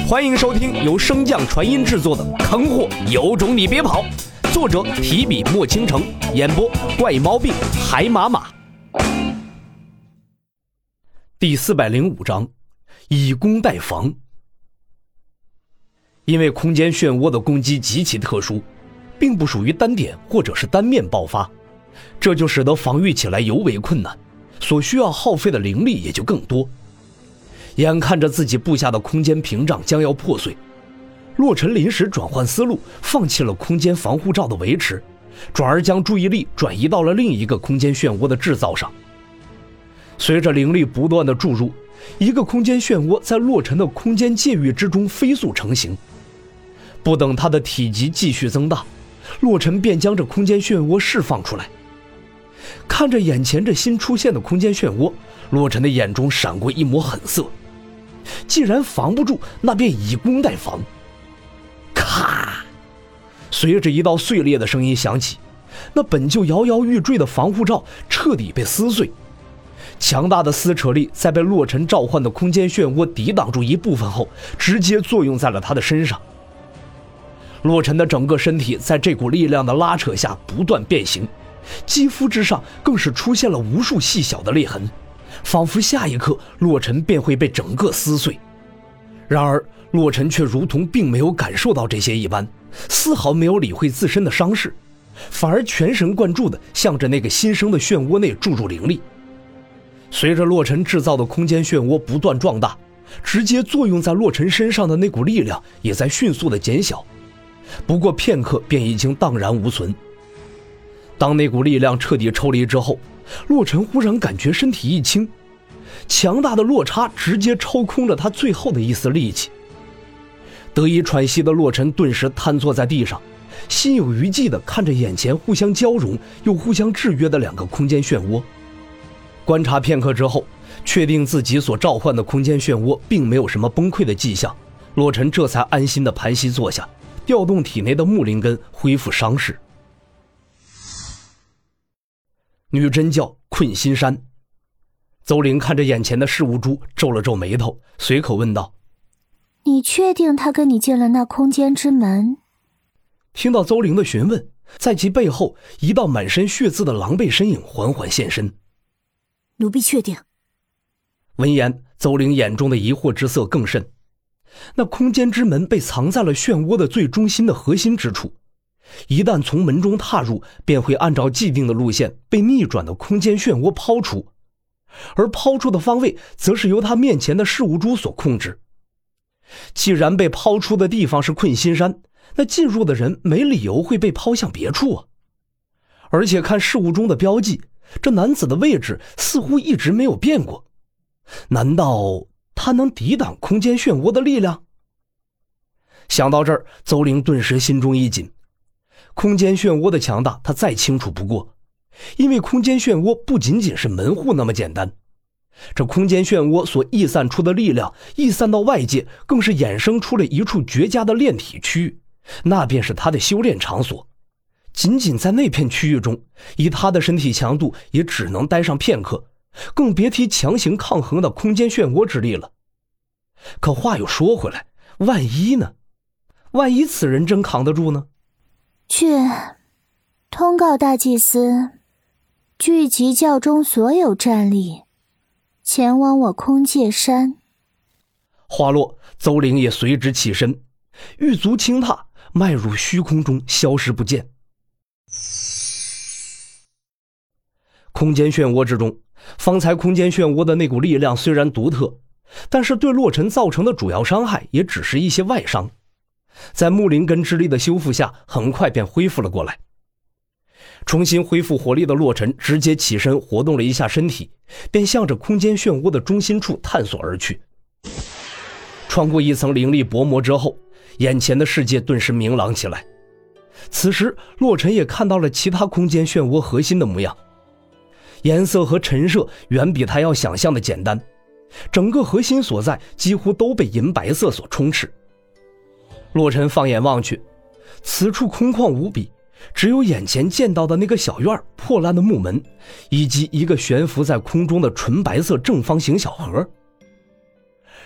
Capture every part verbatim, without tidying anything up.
欢迎收听由升降传音制作的《坑货有种你别跑》，作者提笔墨倾城，演播怪毛病海马马。第四百零五章，以攻代防。因为空间漩涡的攻击极其特殊，并不属于单点或者是单面爆发，这就使得防御起来尤为困难，所需要耗费的灵力也就更多。眼看着自己布下的空间屏障将要破碎，洛尘临时转换思路，放弃了空间防护罩的维持，转而将注意力转移到了另一个空间漩涡的制造上。随着灵力不断的注入，一个空间漩涡在洛尘的空间界域之中飞速成型。不等他的体积继续增大，洛尘便将这空间漩涡释放出来。看着眼前这新出现的空间漩涡，洛尘的眼中闪过一抹狠色。既然防不住，那便以攻代防。咔！随着一道碎裂的声音响起，那本就摇摇欲坠的防护罩彻底被撕碎。强大的撕扯力在被洛尘召唤的空间漩涡抵挡住一部分后，直接作用在了他的身上。洛尘的整个身体在这股力量的拉扯下不断变形，肌肤之上更是出现了无数细小的裂痕，仿佛下一刻洛尘便会被整个撕碎。然而洛尘却如同并没有感受到这些一般，丝毫没有理会自身的伤势，反而全神贯注地向着那个新生的漩涡内注入灵力。随着洛尘制造的空间漩涡不断壮大，直接作用在洛尘身上的那股力量也在迅速地减小，不过片刻便已经荡然无存。当那股力量彻底抽离之后，洛尘忽然感觉身体一轻，强大的落差直接抽空了他最后的一丝力气。得以喘息的洛尘顿时瘫坐在地上，心有余悸地看着眼前互相交融又互相制约的两个空间漩涡。观察片刻之后，确定自己所召唤的空间漩涡并没有什么崩溃的迹象，洛尘这才安心地盘膝坐下，调动体内的木灵根恢复伤势。女真教困心山。邹灵看着眼前的事物珠，皱了皱眉头，随口问道： 你确定他跟你进了那空间之门？ 听到邹灵的询问，在其背后一道满身血渍的狼狈身影缓缓现身。 奴婢确定。 闻言，邹灵眼中的疑惑之色更甚。那空间之门被藏在了漩涡的最中心的核心之处，一旦从门中踏入，便会按照既定的路线被逆转的空间漩涡抛出，而抛出的方位则是由他面前的事物珠所控制。既然被抛出的地方是困心山，那进入的人没理由会被抛向别处啊。而且看事物中的标记，这男子的位置似乎一直没有变过，难道他能抵挡空间漩涡的力量？想到这儿，邹灵顿时心中一紧。空间漩涡的强大他再清楚不过，因为空间漩涡不仅仅是门户那么简单，这空间漩涡所溢散出的力量溢散到外界，更是衍生出了一处绝佳的炼体区域，那便是他的修炼场所。仅仅在那片区域中，以他的身体强度也只能待上片刻，更别提强行抗衡的空间漩涡之力了。可话又说回来，万一呢？万一此人真扛得住呢？ 去通告大祭司，聚集教中所有战力，前往我空界山。 话落，邹灵也随之起身，玉足轻踏，迈入虚空中，消失不见。空间漩涡之中，方才空间漩涡的那股力量虽然独特，但是对洛尘造成的主要伤害也只是一些外伤，在木灵根之力的修复下，很快便恢复了过来。重新恢复活力的洛尘直接起身活动了一下身体，便向着空间漩涡的中心处探索而去。穿过一层灵力薄膜之后，眼前的世界顿时明朗起来。此时洛尘也看到了其他空间漩涡核心的模样，颜色和陈设远比他要想象的简单，整个核心所在几乎都被银白色所充斥。洛尘放眼望去，此处空旷无比，只有眼前见到的那个小院、破烂的木门，以及一个悬浮在空中的纯白色正方形小盒。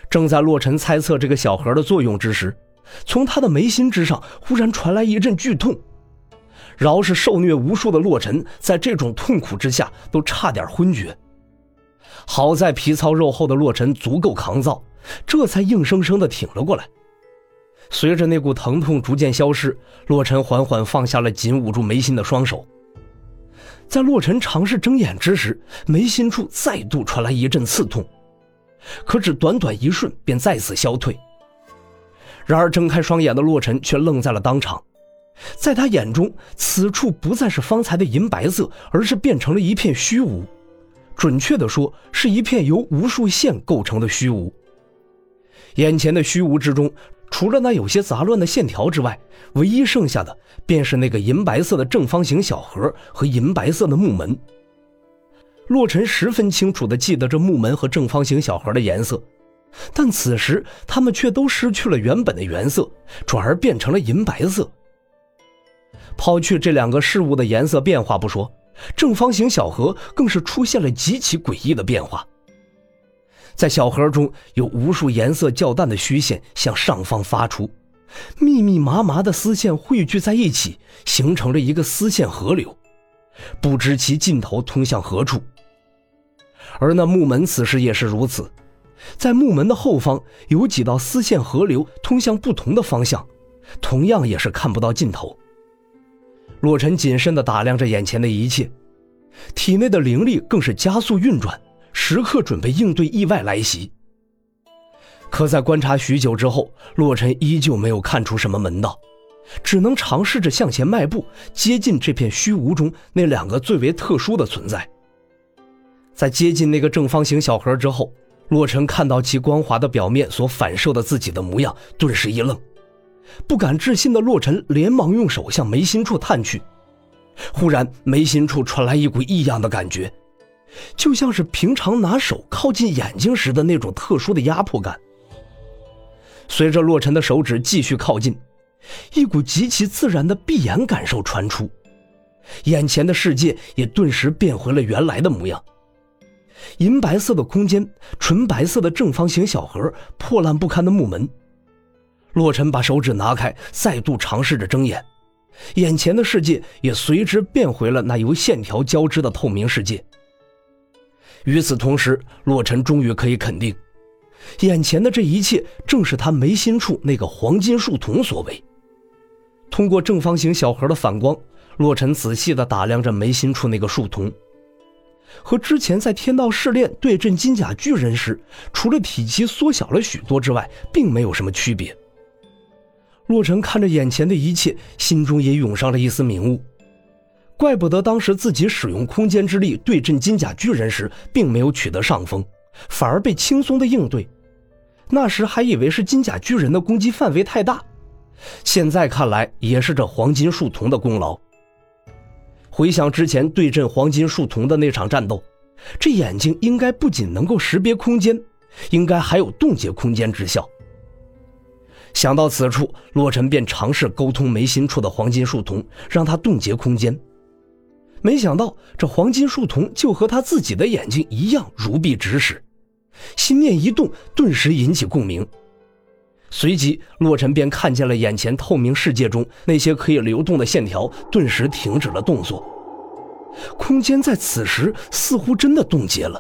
正在洛尘猜测这个小盒的作用之时，从他的眉心之上忽然传来一阵剧痛。饶是受虐无数的洛尘，在这种痛苦之下都差点昏厥。好在皮糙肉厚的洛尘足够抗造，这才硬生生地挺了过来。随着那股疼痛逐渐消失，洛尘缓缓放下了紧捂住眉心的双手。在洛尘尝试睁眼之时，眉心处再度传来一阵刺痛，可只短短一瞬便再次消退。然而睁开双眼的洛尘却愣在了当场，在他眼中，此处不再是方才的银白色，而是变成了一片虚无，准确地说，是一片由无数线构成的虚无。眼前的虚无之中，除了那有些杂乱的线条之外，唯一剩下的便是那个银白色的正方形小盒和银白色的木门。洛尘十分清楚地记得这木门和正方形小盒的颜色，但此时它们却都失去了原本的原色，转而变成了银白色。抛去这两个事物的颜色变化不说，正方形小盒更是出现了极其诡异的变化。在小盒中有无数颜色较淡的虚线向上方发出，密密麻麻的丝线汇聚在一起，形成了一个丝线河流，不知其尽头通向何处。而那木门此时也是如此，在木门的后方有几道丝线河流通向不同的方向，同样也是看不到尽头。洛尘谨慎地打量着眼前的一切，体内的灵力更是加速运转，时刻准备应对意外来袭。可在观察许久之后，洛尘依旧没有看出什么门道，只能尝试着向前迈步，接近这片虚无中那两个最为特殊的存在。在接近那个正方形小盒之后，洛尘看到其光滑的表面所反射的自己的模样，顿时一愣。不敢置信的洛尘连忙用手向眉心处探去，忽然眉心处传来一股异样的感觉，就像是平常拿手靠近眼睛时的那种特殊的压迫感。随着洛尘的手指继续靠近，一股极其自然的闭眼感受传出，眼前的世界也顿时变回了原来的模样。银白色的空间，纯白色的正方形小盒，破烂不堪的木门。洛尘把手指拿开，再度尝试着睁眼，眼前的世界也随之变回了那由线条交织的透明世界。与此同时，洛尘终于可以肯定，眼前的这一切正是他眉心处那个黄金树瞳所为。通过正方形小盒的反光，洛尘仔细地打量着眉心处那个树瞳，和之前在天道试炼对阵金甲巨人时，除了体积缩小了许多之外，并没有什么区别。洛尘看着眼前的一切，心中也涌上了一丝明悟，怪不得当时自己使用空间之力对阵金甲巨人时并没有取得上风，反而被轻松的应对。那时还以为是金甲巨人的攻击范围太大，现在看来也是这黄金树瞳的功劳。回想之前对阵黄金树瞳的那场战斗，这眼睛应该不仅能够识别空间，应该还有冻结空间之效。想到此处，洛尘便尝试沟通眉心处的黄金树瞳，让它冻结空间。没想到这黄金树瞳就和他自己的眼睛一样如臂指使，心念一动，顿时引起共鸣。随即洛尘便看见了眼前透明世界中那些可以流动的线条顿时停止了动作，空间在此时似乎真的冻结了。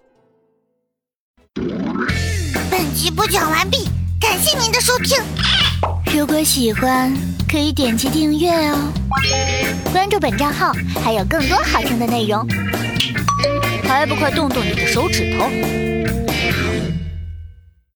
本集播讲完毕，感谢您的收听。 如果喜欢可以点击订阅哦， 关注本账号还有更多好听的内容，还不快动动你的手指头。